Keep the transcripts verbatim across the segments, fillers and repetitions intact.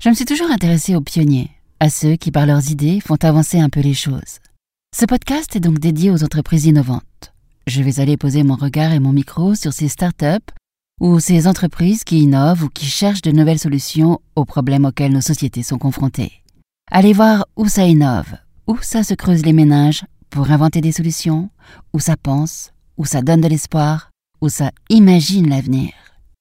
Je me suis toujours intéressée aux pionniers, à ceux qui, par leurs idées, font avancer un peu les choses. Ce podcast est donc dédié aux entreprises innovantes. Je vais aller poser mon regard et mon micro sur ces startups ou ces entreprises qui innovent ou qui cherchent de nouvelles solutions aux problèmes auxquels nos sociétés sont confrontées. Allez voir où ça innove, où ça se creuse les méninges pour inventer des solutions, où ça pense, où ça donne de l'espoir, où ça imagine l'avenir.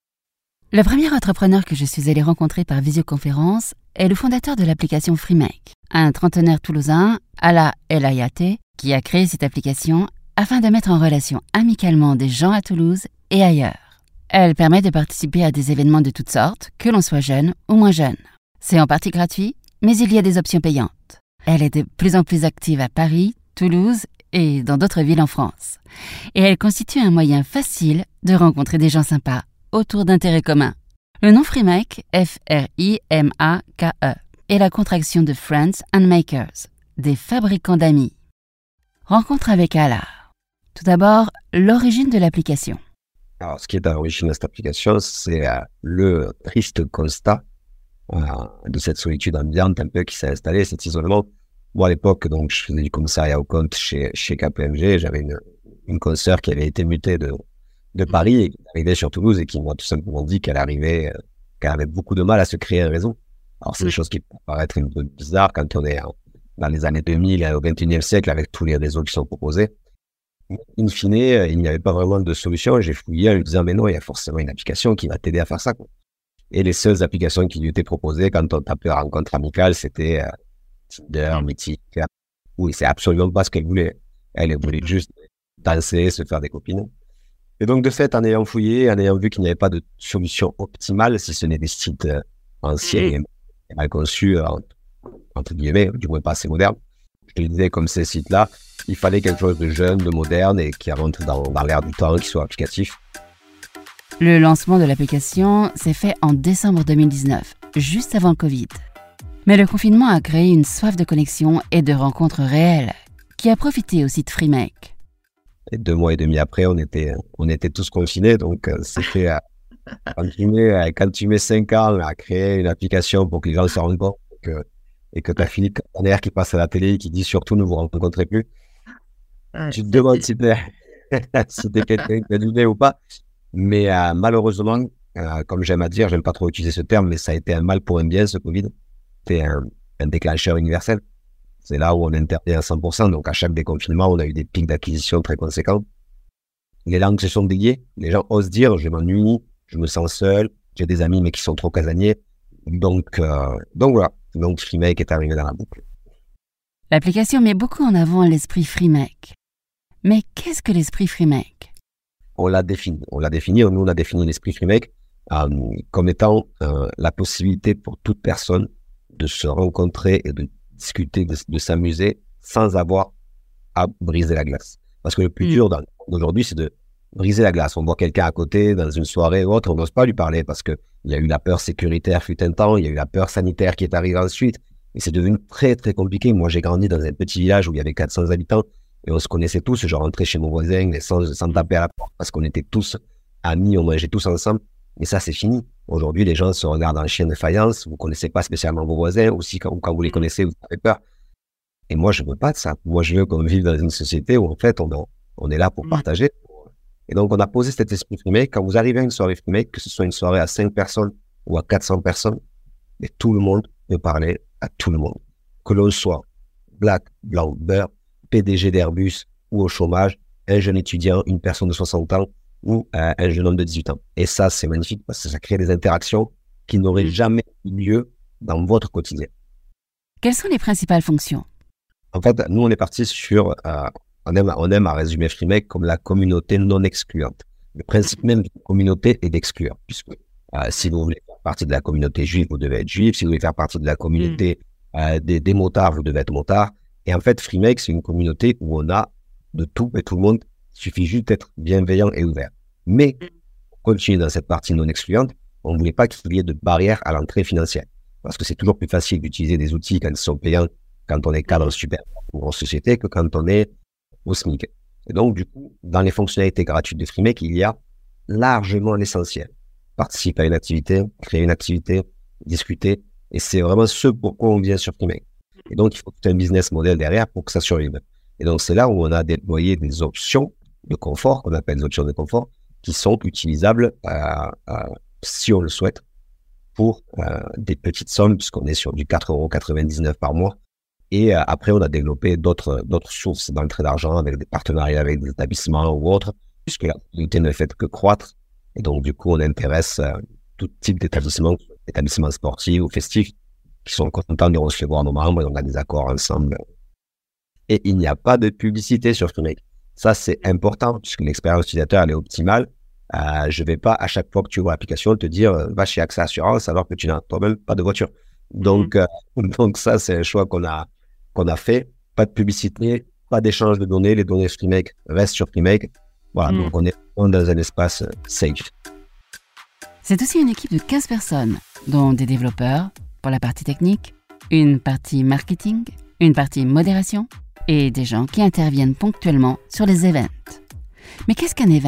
Le premier entrepreneur que je suis allée rencontrer par visioconférence est le fondateur de l'application FreeMake, un trentenaire toulousain, Ala El Hayaté, qui a créé cette application afin de mettre en relation amicalement des gens à Toulouse et ailleurs. Elle permet de participer à des événements de toutes sortes, que l'on soit jeune ou moins jeune. C'est en partie gratuit, mais il y a des options payantes. Elle est de plus en plus active à Paris, Toulouse et dans d'autres villes en France. Et elle constitue un moyen facile de rencontrer des gens sympas autour d'intérêts communs. Le nom FreeMake, F R I M A K E, est la contraction de Friends and Makers, des fabricants d'amis. Rencontre avec Ala. Tout d'abord, l'origine de l'application. Alors, ce qui est à l'origine de cette application, c'est euh, le triste constat euh, de cette solitude ambiante un peu qui s'est installée, cet isolement. Moi, à l'époque, donc, je faisais du commissariat au compte chez, chez K P M G. J'avais une, une consoeur qui avait été mutée de, de Paris et qui arrivait sur Toulouse et qui m'a tout simplement dit qu'elle arrivait, euh, qu'elle avait beaucoup de mal à se créer un réseau. Alors, c'est mmh. des choses qui peuvent paraître un peu bizarres quand on est en, dans les années deux mille, au vingt et unième siècle, avec tous les réseaux qui sont proposés. In fine, il n'y avait pas vraiment de solution. J'ai fouillé en lui disant, mais non, il y a forcément une application qui va t'aider à faire ça, quoi. Et les seules applications qui lui étaient proposées quand on tapait rencontre amicale, c'était euh, Tinder, Mythique. Oui, c'est absolument pas ce qu'elle voulait. Elle, elle voulait juste danser, se faire des copines. Et donc, de fait, en ayant fouillé, en ayant vu qu'il n'y avait pas de solution optimale, si ce n'est des sites euh, anciens et mal conçus, euh, entre guillemets, du moins pas assez modernes, je lui disais, comme ces sites-là, il fallait quelque chose de jeune, de moderne et qui rentre dans, dans l'air du temps, qui soit applicatif. Le lancement de l'application s'est fait en décembre deux mille dix-neuf, juste avant le Covid. Mais le confinement a créé une soif de connexion et de rencontres réelles, qui a profité au site FreeMake. Et deux mois et demi après, on était, on était tous confinés, donc euh, c'était euh, quand, tu mets, euh, quand tu mets cinq ans à créer une application pour que les gens se rendent compte que, et que tu as Philippe Castaner qui passe à la télé et qui dit surtout ne vous rencontrez plus. Ouais, tu te demandes si t'es, si t'es quelqu'un qui a du nez ou pas. Mais euh, malheureusement, euh, comme j'aime à dire, j'aime pas trop utiliser ce terme, mais ça a été un mal pour un bien, ce Covid. C'était un, un déclencheur universel. C'est là où on interdit à cent pour cent. Donc, à chaque déconfinement, on a eu des pics d'acquisition très conséquents. Les langues se sont déliées. Les gens osent dire, je m'ennuie, je me sens seul, j'ai des amis, mais qui sont trop casaniers. Donc, euh, donc voilà. Donc, FreeMake est arrivé dans la boucle. L'application met beaucoup en avant l'esprit FreeMake. Mais qu'est-ce que l'esprit FreeMake ? On l'a défini. On l'a défini. Nous, on a défini l'esprit FreeMake euh, comme étant euh, la possibilité pour toute personne de se rencontrer et de discuter, de, de s'amuser sans avoir à briser la glace. Parce que le plus mmh. dur dans, d'aujourd'hui, c'est de briser la glace. On voit quelqu'un à côté dans une soirée ou autre, on n'ose pas lui parler parce qu'il y a eu la peur sécuritaire fut un temps, il y a eu la peur sanitaire qui est arrivée ensuite. Et c'est devenu très, très compliqué. Moi, j'ai grandi dans un petit village où il y avait quatre cents habitants. Et on se connaissait tous, je rentrais chez mon voisin sans, sans taper à la porte parce qu'on était tous amis, on mangeait tous ensemble. Mais ça, c'est fini. Aujourd'hui, les gens se regardent en chien de faïence, vous ne connaissez pas spécialement vos voisins, aussi quand, quand vous les connaissez, vous avez peur. Et moi, je ne veux pas de ça. Moi, je veux qu'on vive dans une société où, en fait, on, on est là pour partager. Et donc, on a posé cet esprit FreeMake. Quand vous arrivez à une soirée FreeMake, que ce soit une soirée à cinq personnes ou à quatre cents personnes, mais tout le monde peut parler à tout le monde. Que l'on soit black, blanc, beurre, P D G d'Airbus ou au chômage, un jeune étudiant, une personne de soixante ans ou euh, un jeune homme de dix-huit ans. Et ça, c'est magnifique parce que ça crée des interactions qui n'auraient mmh. jamais eu lieu dans votre quotidien. Quelles sont les principales fonctions ? En fait, nous, on est parti sur... Euh, on, aime, on aime à résumer FreeMake comme la communauté non excluante. Le principe même de la communauté est d'exclure, puisque euh, si vous voulez faire partie de la communauté juive, vous devez être juif. Si vous voulez faire partie de la communauté mmh. euh, des, des motards, vous devez être motard. Et en fait, FreeMake, c'est une communauté où on a de tout et tout le monde. Il suffit juste d'être bienveillant et ouvert. Mais, pour continuer dans cette partie non excluante, on ne voulait pas qu'il y ait de barrière à l'entrée financière. Parce que c'est toujours plus facile d'utiliser des outils quand ils sont payants, quand on est cadre super ou en société, que quand on est au SMIC. Et donc, du coup, dans les fonctionnalités gratuites de FreeMake, il y a largement l'essentiel. Participer à une activité, créer une activité, discuter, Et c'est vraiment ce pourquoi on vient sur Freemake. Et donc, il faut tout un business model derrière pour que ça survive. Et donc, c'est là où on a déployé des options de confort, qu'on appelle des options de confort, qui sont utilisables euh, euh, si on le souhaite pour euh, des petites sommes, puisqu'on est sur du quatre euros quatre-vingt-dix-neuf par mois. Et euh, après, on a développé d'autres d'autres sources d'entrée d'argent avec des partenariats avec des établissements ou autres, puisque la communauté ne fait que croître. Et donc, du coup, on intéresse euh, tout type d'établissements, établissements sportifs ou festifs, qui sont contents de recevoir nos membres, et on a des accords ensemble. Et il n'y a pas de publicité sur Freemake. Ça, c'est important, puisque l'expérience utilisateur, elle est optimale. Euh, je ne vais pas, à chaque fois que tu ouvres l'application, te dire euh, va chez AXA Assurance alors que tu n'as toi-même pas de voiture. Donc, mmh. euh, donc ça, c'est un choix qu'on a, qu'on a fait. Pas de publicité, pas d'échange de données. Les données Freemake restent sur Freemake. Voilà, mmh. donc on est dans un espace euh, safe. C'est aussi une équipe de quinze personnes, dont des développeurs pour la partie technique, une partie marketing, une partie modération et des gens qui interviennent ponctuellement sur les events. Mais qu'est-ce qu'un event ?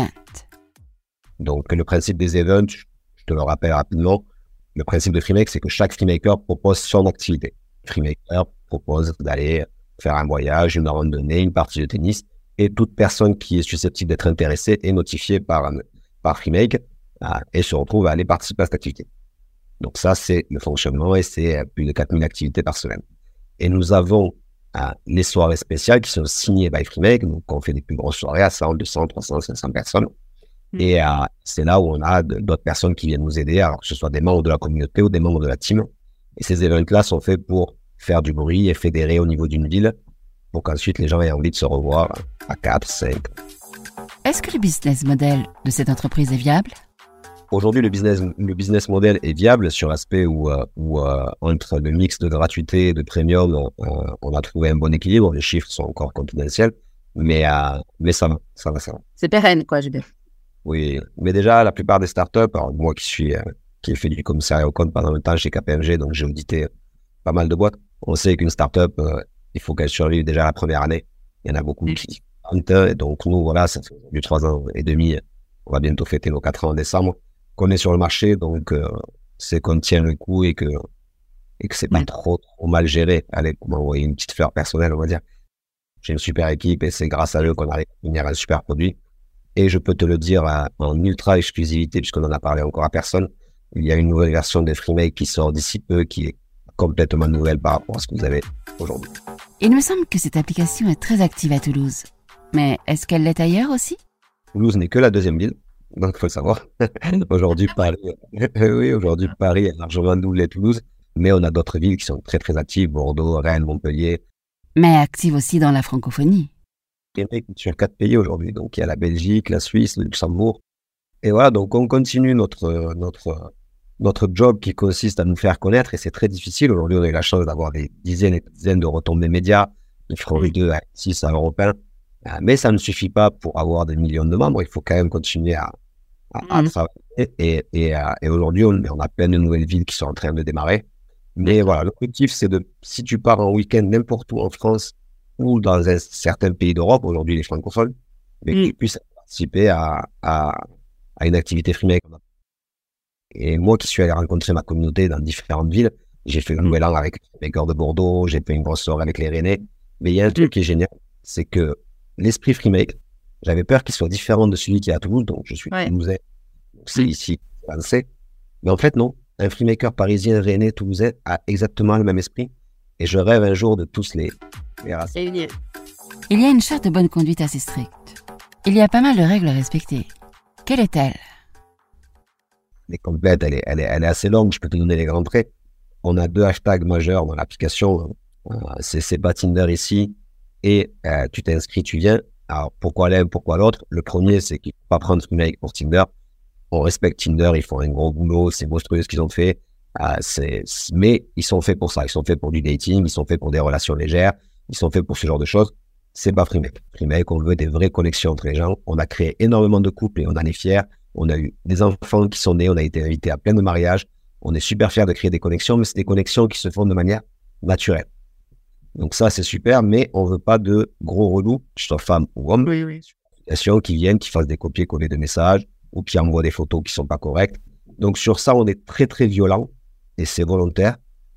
Donc, le principe des events, je te le rappelle rapidement, le principe de Freemake, c'est que chaque Freemaker propose son activité. Freemaker propose d'aller faire un voyage, une randonnée, une partie de tennis, et toute personne qui est susceptible d'être intéressée est notifiée par, par Freemake euh, et se retrouve à aller participer à cette activité. Donc ça, c'est le fonctionnement et c'est plus de quatre mille activités par semaine. Et nous avons euh, les soirées spéciales qui sont signées by Freemake, donc on fait des plus grosses soirées à cent, deux cents, trois cents, cinq cents personnes. Et euh, c'est là où on a de, d'autres personnes qui viennent nous aider, alors que ce soit des membres de la communauté ou des membres de la team. Et ces événements-là sont faits pour faire du bruit et fédérer au niveau d'une ville, pour qu'ensuite les gens aient envie de se revoir à quatre, cinq. Est-ce que le business model de cette entreprise est viable ? Aujourd'hui, le business, le business model est viable sur l'aspect où, euh, où euh, entre le mix de gratuité et de premium, euh, on a trouvé un bon équilibre. Les chiffres sont encore confidentiels, mais, euh, mais ça va, ça va, ça va. C'est pérenne, quoi, je veux dire. Oui, mais déjà, la plupart des startups, alors moi qui suis, euh, qui ai fait du commissariat au compte pendant le temps chez K P M G, donc j'ai audité pas mal de boîtes, on sait qu'une startup, euh, il faut qu'elle survive déjà la première année. Il y en a beaucoup mmh. qui tentent, et donc nous, voilà, ça fait du trois ans et demi, on va bientôt fêter nos quatre ans en décembre, qu'on est sur le marché, donc euh, c'est qu'on tient le coup et que, et que c'est pas mmh. trop, trop mal géré. Allez, pour m'envoyer une petite fleur personnelle, on va dire. J'ai une super équipe et c'est grâce à eux qu'on arrive à finir un super produit. Et je peux te le dire euh, en ultra exclusivité, puisqu'on n'en a parlé encore à personne. Il y a une nouvelle version de Freemake qui sort d'ici peu, qui est complètement nouvelle par rapport à ce que vous avez aujourd'hui. Il me semble que cette application est très active à Toulouse. Mais est-ce qu'elle l'est ailleurs aussi ? Toulouse n'est que la deuxième ville, donc il faut le savoir. aujourd'hui, Paris, oui, aujourd'hui, Paris est largement doublé Toulouse, mais on a d'autres villes qui sont très très actives, Bordeaux, Rennes, Montpellier. Mais active aussi dans la francophonie. Sur quatre pays aujourd'hui, donc il y a la Belgique, la Suisse, le Luxembourg, et voilà, donc on continue notre notre notre job qui consiste à nous faire connaître, et c'est très difficile. Aujourd'hui, on a eu la chance d'avoir des dizaines et des dizaines de retombées médias, de France deux à six à Europe un, mais ça ne suffit pas pour avoir des millions de membres. Il faut quand même continuer à, à, à mmh. travailler, et, et, et aujourd'hui, on, on a plein de nouvelles villes qui sont en train de démarrer. Mais voilà, l'objectif, c'est de, si tu pars en week-end n'importe où en France ou dans un certain pays d'Europe, aujourd'hui les francophones, mais mmh. qui puissent participer à, à, à une activité Freemake. Et moi qui suis allé rencontrer ma communauté dans différentes villes, j'ai fait le nouvel an avec les Freemakers de Bordeaux, j'ai fait une grosse soirée avec les Rennais, mais il y a un truc qui est génial, c'est que l'esprit Freemake, j'avais peur qu'il soit différent de celui qui est à Toulouse, donc je suis ouais. toulousain, donc c'est ici, français, mais en fait non, un Freemaker parisien, Rennais, toulousain a exactement le même esprit, et je rêve un jour de tous les Il y a une charte de bonne conduite assez stricte. Il y a pas mal de règles à respecter. Quelle est-elle ? Elle est complète, elle est, elle, est, elle est assez longue, je peux te donner les grands traits. On a deux hashtags majeurs dans l'application. Euh, c'est, c'est pas Tinder ici, et euh, tu t'inscris, tu viens. Alors pourquoi l'un, pourquoi l'autre ? Le premier, c'est qu'il ne faut pas prendre Freemake pour Tinder. On respecte Tinder, ils font un gros boulot, c'est monstrueux ce qu'ils ont fait. Euh, c'est, mais ils sont faits pour ça, ils sont faits pour du dating, ils sont faits pour des relations légères, ils sont faits pour ce genre de choses. C'est pas Freemake. Freemake, on veut des vraies connexions entre les gens. On a créé énormément de couples et on en est fiers. On a eu des enfants qui sont nés, on a été invités à plein de mariages. On est super fiers de créer des connexions, mais c'est des connexions qui se font de manière naturelle. Donc ça, c'est super, mais on veut pas de gros relous, que ce soit femme ou homme, oui, oui. qui viennent, qui fassent des copier-coller de messages ou qui envoient des photos qui sont pas correctes. Donc sur ça, on est très très violent et c'est volontaire.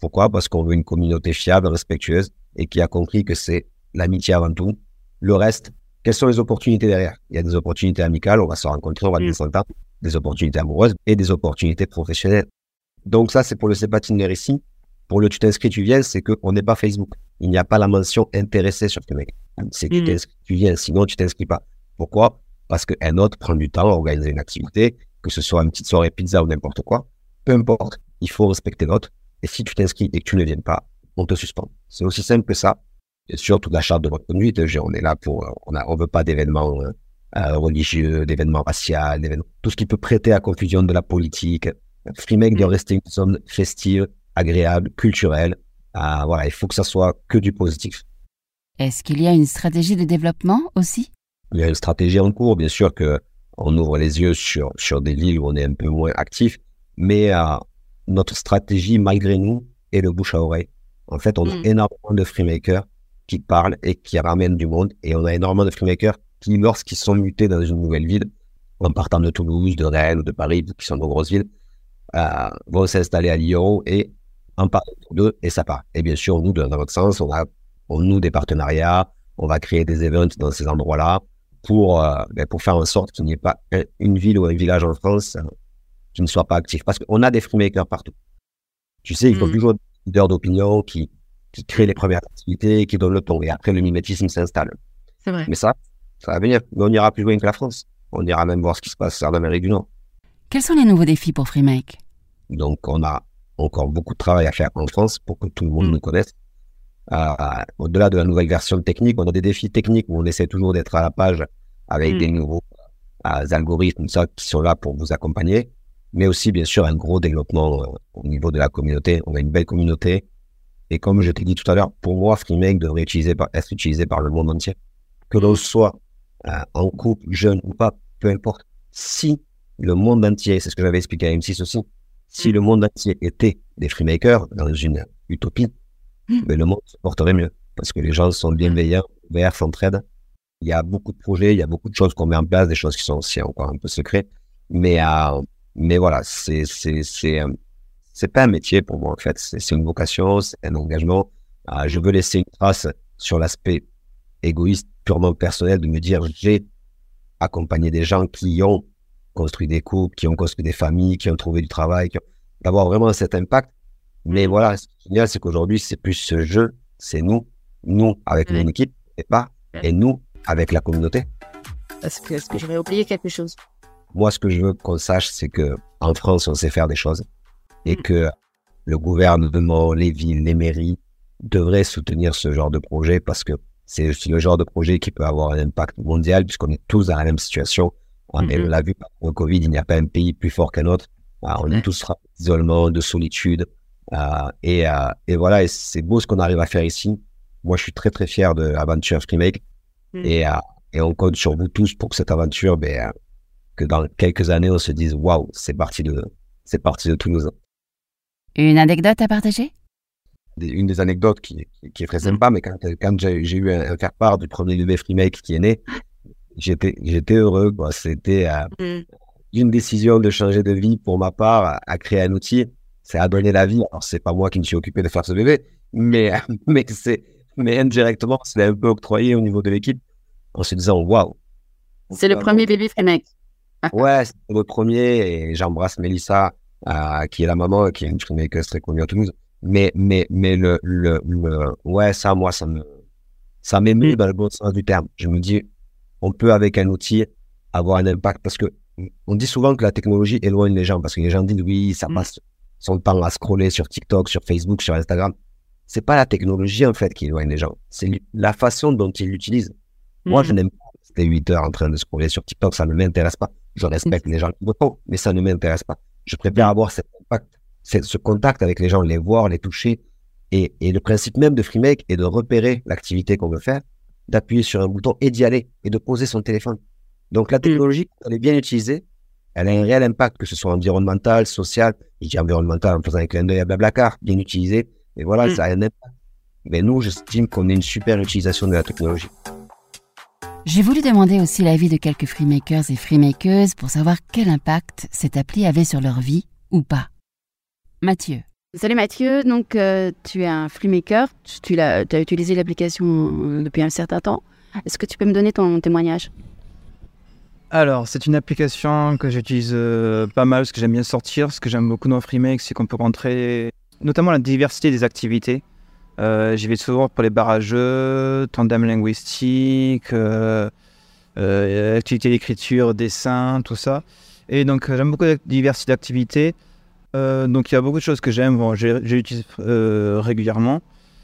Pourquoi? Parce qu'on veut une communauté fiable, respectueuse et qui a compris que c'est l'amitié avant tout. Le reste, quelles sont les opportunités derrière? Il y a des opportunités amicales, on va se rencontrer, on va bien s'entendre, des opportunités amoureuses et des opportunités professionnelles. Donc ça, c'est pour le C'est pas Tinder ici. Pour le tu t'inscris, tu viens, c'est qu'on n'est pas Facebook. Il n'y a pas la mention intéressé sur Frimake. C'est tu t'inscris, tu viens, sinon tu t'inscris pas. Pourquoi? Parce qu'un autre prend du temps à organiser une activité, que ce soit une petite soirée pizza ou n'importe quoi. Peu importe, il faut respecter l'autre. Et si tu t'inscris et que tu ne viens pas, on te suspend. C'est aussi simple que ça. Bien sûr, toute la charte de bonne conduite, on est là pour, on a, on veut pas d'événements euh, euh, religieux, d'événements raciaux, d'événements, tout ce qui peut prêter à confusion de la politique. Frimake doit rester une zone festive, agréable, culturelle. Euh, voilà, il faut que ça soit que du positif. Est-ce qu'il y a une stratégie de développement aussi? Il y a une stratégie en cours, bien sûr que on ouvre les yeux sur, sur des villes où on est un peu moins actif, mais euh, notre stratégie, malgré nous, est le bouche à oreille. En fait, on a mmh. énormément de freemakers qui parlent et qui ramènent du monde, et on a énormément de freemakers qui, lorsqu'ils sont mutés dans une nouvelle ville, en partant de Toulouse, de Rennes ou de Paris, qui sont de grosses villes, euh, vont s'installer à Lyon et en parler d'eux, et ça part. Et bien sûr, nous, dans notre sens, on a on noue des partenariats, on va créer des events dans ces endroits-là pour, euh, ben, pour faire en sorte qu'il n'y ait pas un, une ville ou un village en France euh, qui ne soit pas actif. Parce qu'on a des freemakers partout. Tu sais, il faut mmh. toujours des leaders d'opinion qui, qui créent les premières activités, qui donnent le ton. Et après, le mimétisme s'installe. C'est vrai. Mais ça, ça va venir. Mais on ira plus loin que la France. On ira même voir ce qui se passe en Amérique du Nord. Quels sont les nouveaux défis pour Frimake? Donc, on a encore beaucoup de travail à faire en France pour que tout le monde mmh. nous connaisse. Euh, au-delà de la nouvelle version technique, on a des défis techniques où on essaie toujours d'être à la page avec mmh. des nouveaux euh, algorithmes ça, qui sont là pour vous accompagner, mais aussi bien sûr un gros développement euh, au niveau de la communauté. On a une belle communauté et comme je t'ai dit tout à l'heure, pour moi, Frimake devrait utiliser par, être utilisé par le monde entier. Que l'on soit euh, en couple, jeune ou pas, peu importe. Si le monde entier, c'est ce que j'avais expliqué à M six aussi, si mmh. le monde entier était des freemakers dans une utopie, mais le monde se porterait mieux parce que les gens sont bienveillants, ouverts, s'entraident. Il y a beaucoup de projets, il y a beaucoup de choses qu'on met en place, des choses qui sont aussi encore un peu secrètes. Mais, euh, mais voilà, c'est, c'est, c'est, euh, c'est pas un métier pour moi en fait. C'est, c'est une vocation, c'est un engagement. Euh, je veux laisser une trace sur l'aspect égoïste, purement personnel, de me dire j'ai accompagné des gens qui ont construit des couples, qui ont construit des familles, qui ont trouvé du travail, qui ont... d'avoir vraiment cet impact. Mais voilà, ce qui est génial, c'est qu'aujourd'hui, c'est plus ce jeu, c'est nous, nous avec oui. mon équipe, et pas, et nous avec la communauté. Est-ce que, est-ce que j'aurais oublié quelque chose? Moi, ce que je veux qu'on sache, c'est que en France, on sait faire des choses et mm. que le gouvernement, les villes, les mairies devraient soutenir ce genre de projet parce que c'est aussi le genre de projet qui peut avoir un impact mondial puisqu'on est tous dans la même situation. On mm-hmm. l'a vu par le Covid, il n'y a pas un pays plus fort qu'un autre. Alors, on est tous frappés d'isolement, de solitude. Euh, et, euh, et voilà, et c'est beau ce qu'on arrive à faire ici. Moi, je suis très très fier de l'aventure Frimake mm. et, euh, et on compte sur vous tous pour que cette aventure, ben, euh, que dans quelques années, on se dise waouh, c'est parti de, c'est parti de Toulouse. Une anecdote à partager? Une des anecdotes qui, qui, qui est très sympa, mm. mais quand, quand j'ai, j'ai eu un, un faire-part du premier bébé Frimake qui est né, j'étais, j'étais heureux, quoi. C'était euh, mm. une décision de changer de vie pour ma part, à, à créer un outil. C'est à donner la vie. Alors, c'est pas moi qui me suis occupé de faire ce bébé, mais, mais c'est, mais indirectement, c'est un peu octroyé au niveau de l'équipe en se disant, waouh. C'est le premier bébé Frimake. Ouais, c'est le premier et j'embrasse Mélissa, euh, qui est la maman, qui est une Frimakeuse très connue à Toulouse. Mais, mais, mais le, le, le, ouais, ça, moi, ça me, ça m'émeut mmh. dans le bon sens du terme. Je me dis, on peut, avec un outil, avoir un impact parce que on dit souvent que la technologie éloigne les gens parce que les gens disent, oui, ça mmh. passe son temps à scroller sur TikTok, sur Facebook, sur Instagram. C'est pas la technologie, en fait, qui éloigne les gens. C'est la façon dont ils l'utilisent. Mmh. Moi, je n'aime pas rester huit heures en train de scroller sur TikTok. Ça ne m'intéresse pas. Je respecte mmh. les gens qui le font, mais ça ne m'intéresse pas. Je préfère avoir cet impact, ce contact avec les gens, les voir, les toucher. Et, et le principe même de Frimake est de repérer l'activité qu'on veut faire, d'appuyer sur un bouton et d'y aller, et de poser son téléphone. Donc, la technologie, quand elle est bien utilisée, elle a un réel impact, que ce soit environnemental, social. Je dis environnemental en faisant un clin d'œil à Blablacar, bien utilisé. Et voilà, mmh. ça a un impact. Mais nous, j'estime qu'on a une super utilisation de la technologie. J'ai voulu demander aussi l'avis de quelques freemakers et freemakeuses pour savoir quel impact cette appli avait sur leur vie ou pas. Mathieu. Salut Mathieu, donc euh, tu es un freemaker, tu, tu l'as, tu as utilisé l'application euh, depuis un certain temps. Est-ce que tu peux me donner ton témoignage ? Alors, c'est une application que j'utilise euh, pas mal parce que j'aime bien sortir. Ce que j'aime beaucoup dans Freemake, c'est qu'on peut rentrer notamment la diversité des activités. Euh, j'y vais souvent pour les bars à jeux, tandem linguistique, euh, euh, activités d'écriture, dessin, tout ça. Et donc, euh, j'aime beaucoup la diversité d'activités. Euh, donc il y a beaucoup de choses que j'aime, bon, je l'utilise euh, régulièrement.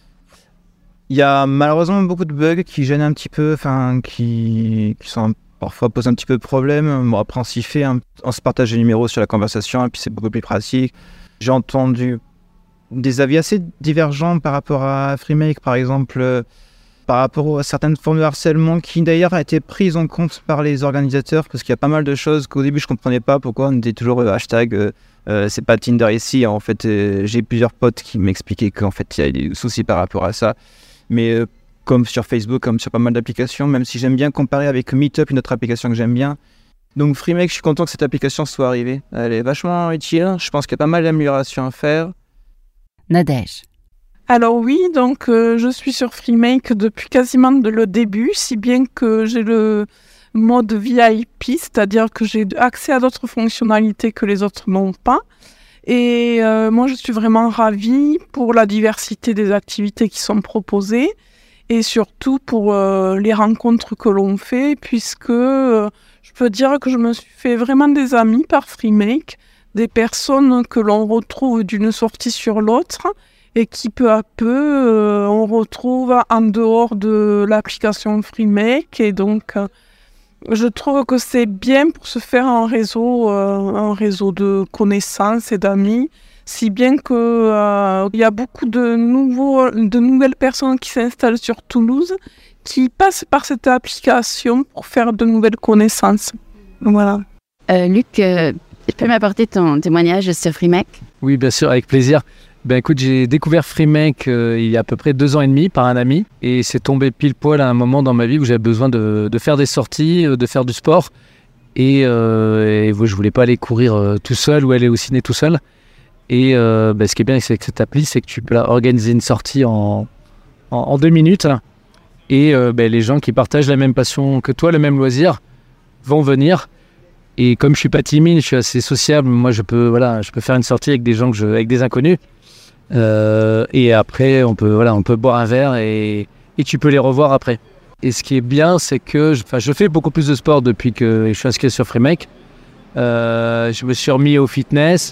Il y a malheureusement beaucoup de bugs qui gênent un petit peu, enfin qui, qui sont parfois posent un petit peu de problème. Bon, après on s'y fait, hein, on se partage les numéros sur la conversation et puis c'est beaucoup plus pratique. J'ai entendu des avis assez divergents par rapport à Freemake, par exemple, euh, par rapport à certaines formes de harcèlement qui d'ailleurs a été prises en compte par les organisateurs parce qu'il y a pas mal de choses qu'au début je comprenais pas pourquoi on était toujours euh, hashtag euh, Euh, c'est pas Tinder ici, en fait euh, j'ai plusieurs potes qui m'expliquaient qu'en fait il y a des soucis par rapport à ça, mais euh, comme sur Facebook, comme sur pas mal d'applications, même si j'aime bien comparer avec Meetup, une autre application que j'aime bien. Donc Freemake, je suis content que cette application soit arrivée, elle est vachement utile, je pense qu'il y a pas mal d'améliorations à faire. Nadège. Alors oui, donc euh, je suis sur Freemake depuis quasiment de le début, si bien que j'ai le mode V I P, c'est-à-dire que j'ai accès à d'autres fonctionnalités que les autres n'ont pas. Et euh, moi, je suis vraiment ravie pour la diversité des activités qui sont proposées et surtout pour euh, les rencontres que l'on fait, puisque euh, je peux dire que je me suis fait vraiment des amis par Freemake, des personnes que l'on retrouve d'une sortie sur l'autre et qui peu à peu, euh, on retrouve en dehors de l'application Freemake. Et donc, euh, je trouve que c'est bien pour se faire un réseau, euh, un réseau de connaissances et d'amis, si bien qu'il euh, y a beaucoup de, nouveaux, de nouvelles personnes qui s'installent sur Toulouse, qui passent par cette application pour faire de nouvelles connaissances. Voilà. Euh, Luc, euh, tu peux m'apporter ton témoignage sur Freemake ? Oui, bien sûr, avec plaisir. Ben écoute, j'ai découvert Freemake euh, il y a à peu près deux ans et demi par un ami et c'est tombé pile poil à un moment dans ma vie où j'avais besoin de, de faire des sorties, de faire du sport et, euh, et je voulais pas aller courir euh, tout seul ou aller au ciné tout seul. Et euh, ben, ce qui est bien avec cette appli, c'est que tu peux organiser une sortie en, en, en deux minutes et euh, ben, les gens qui partagent la même passion que toi, le même loisir, vont venir. Et comme je suis pas timide, je suis assez sociable, moi je peux, voilà, je peux faire une sortie avec des gens que je, avec des inconnus. Euh, et après on peut, voilà, on peut boire un verre et, et tu peux les revoir après. Et ce qui est bien, c'est que je, je fais beaucoup plus de sport depuis que je suis inscrit sur Freemake. Euh, je me suis remis au fitness,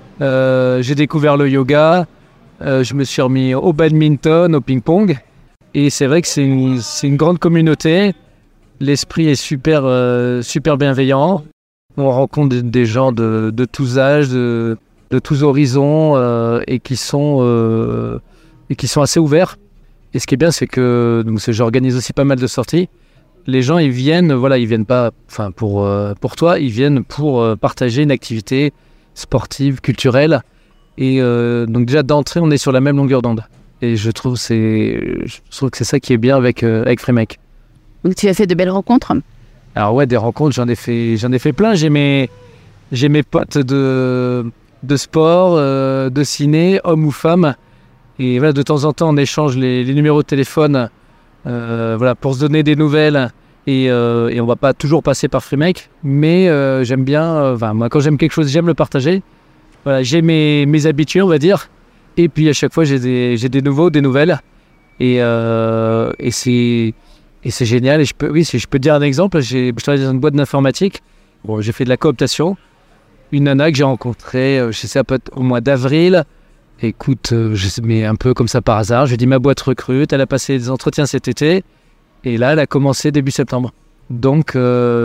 euh, j'ai découvert le yoga, euh, je me suis remis au badminton, au ping-pong. Et c'est vrai que c'est une, c'est une grande communauté. L'esprit est super, euh, super bienveillant. On rencontre des, des gens de, de tous âges, de, de tous horizons euh, et, qui sont, euh, et qui sont assez ouverts. Et ce qui est bien, c'est que donc, c'est, j'organise aussi pas mal de sorties. Les gens, ils viennent, voilà, ils viennent pas enfin, pour, euh, pour toi, ils viennent pour euh, partager une activité sportive, culturelle. Et euh, donc déjà d'entrée, on est sur la même longueur d'onde. Et je trouve, c'est, je trouve que c'est ça qui est bien avec, euh, avec Freemake. Donc tu as fait de belles rencontres ? Alors ouais, des rencontres, j'en ai fait, j'en ai fait plein. J'ai mes, j'ai mes potes de, de sport, euh, de ciné, hommes ou femmes. Et voilà, de temps en temps, on échange les, les numéros de téléphone euh, voilà, pour se donner des nouvelles. Et, euh, et on va pas toujours passer par Freemake. Mais euh, j'aime bien, euh, moi quand j'aime quelque chose, j'aime le partager. Voilà, j'ai mes, mes habitués, on va dire. Et puis à chaque fois, j'ai des, j'ai des nouveaux, des nouvelles. Et, euh, et c'est... Et c'est génial. Et je peux, oui, si je peux te dire un exemple, j'ai, je travaille dans une boîte d'informatique. Bon, j'ai fait de la cooptation. Une nana que j'ai rencontrée, euh, je sais, au mois d'avril. Écoute, euh, je sais, mais un peu comme ça par hasard. J'ai dit ma boîte recrute. Elle a passé des entretiens cet été. Et là, elle a commencé début septembre. Donc,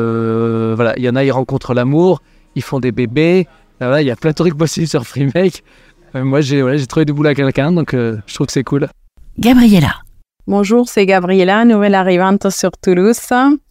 euh, voilà, il y en a, ils rencontrent l'amour. Ils font des bébés. Voilà, il y a plein de trucs possibles sur Freemake. Euh, moi, j'ai, voilà, j'ai trouvé du boulot à quelqu'un. Donc, euh, je trouve que c'est cool. Gabriella. Bonjour, c'est Gabriella, nouvelle arrivante sur Toulouse.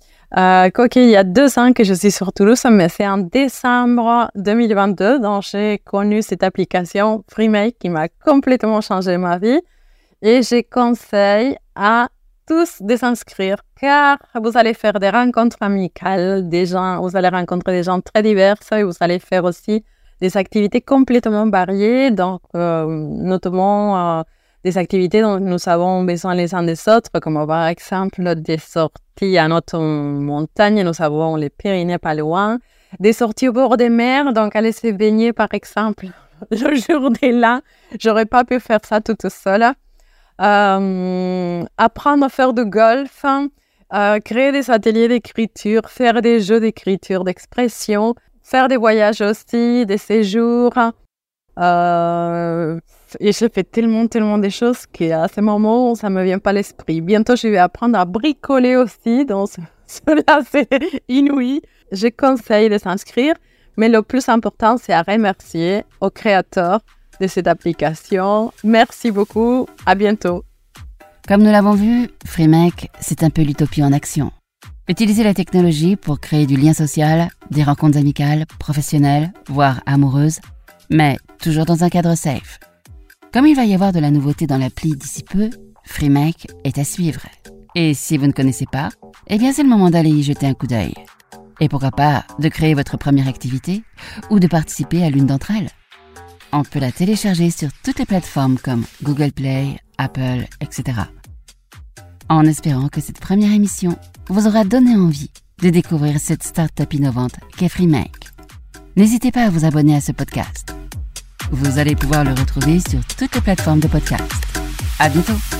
Euh, quoique, il y a deux ans que je suis sur Toulouse, mais c'est en décembre deux mille vingt-deux dont j'ai connu cette application Freemake qui m'a complètement changé ma vie. Et je conseille à tous de s'inscrire car vous allez faire des rencontres amicales, des gens, vous allez rencontrer des gens très divers et vous allez faire aussi des activités complètement variées, donc euh, notamment euh, des activités dont nous avons besoin les uns des autres, comme par exemple des sorties à notre montagne, nous avons les Pyrénées pas loin, des sorties au bord des mers, donc aller se baigner par exemple. Le jour de là, j'aurais pas pu faire ça toute seule. Euh, apprendre à faire du golf, euh, créer des ateliers d'écriture, faire des jeux d'écriture, d'expression, faire des voyages aussi, des séjours. Euh, et je fais tellement, tellement de choses qu'à ce moment, ça ne me vient pas à l'esprit. Bientôt, je vais apprendre à bricoler aussi, donc cela, c'est inouï. Je conseille de s'inscrire, mais le plus important, c'est à remercier au créateur de cette application. Merci beaucoup, à bientôt. Comme nous l'avons vu, Freemake, c'est un peu l'utopie en action. Utiliser la technologie pour créer du lien social, des rencontres amicales, professionnelles, voire amoureuses, mais toujours dans un cadre safe. Comme il va y avoir de la nouveauté dans l'appli d'ici peu, Freemake est à suivre. Et si vous ne connaissez pas, eh bien c'est le moment d'aller y jeter un coup d'œil. Et pourquoi pas de créer votre première activité ou de participer à l'une d'entre elles. On peut la télécharger sur toutes les plateformes comme Google Play, Apple, et cetera. En espérant que cette première émission vous aura donné envie de découvrir cette start-up innovante qu'est Freemake. N'hésitez pas à vous abonner à ce podcast. Vous allez pouvoir le retrouver sur toutes les plateformes de podcast. À bientôt!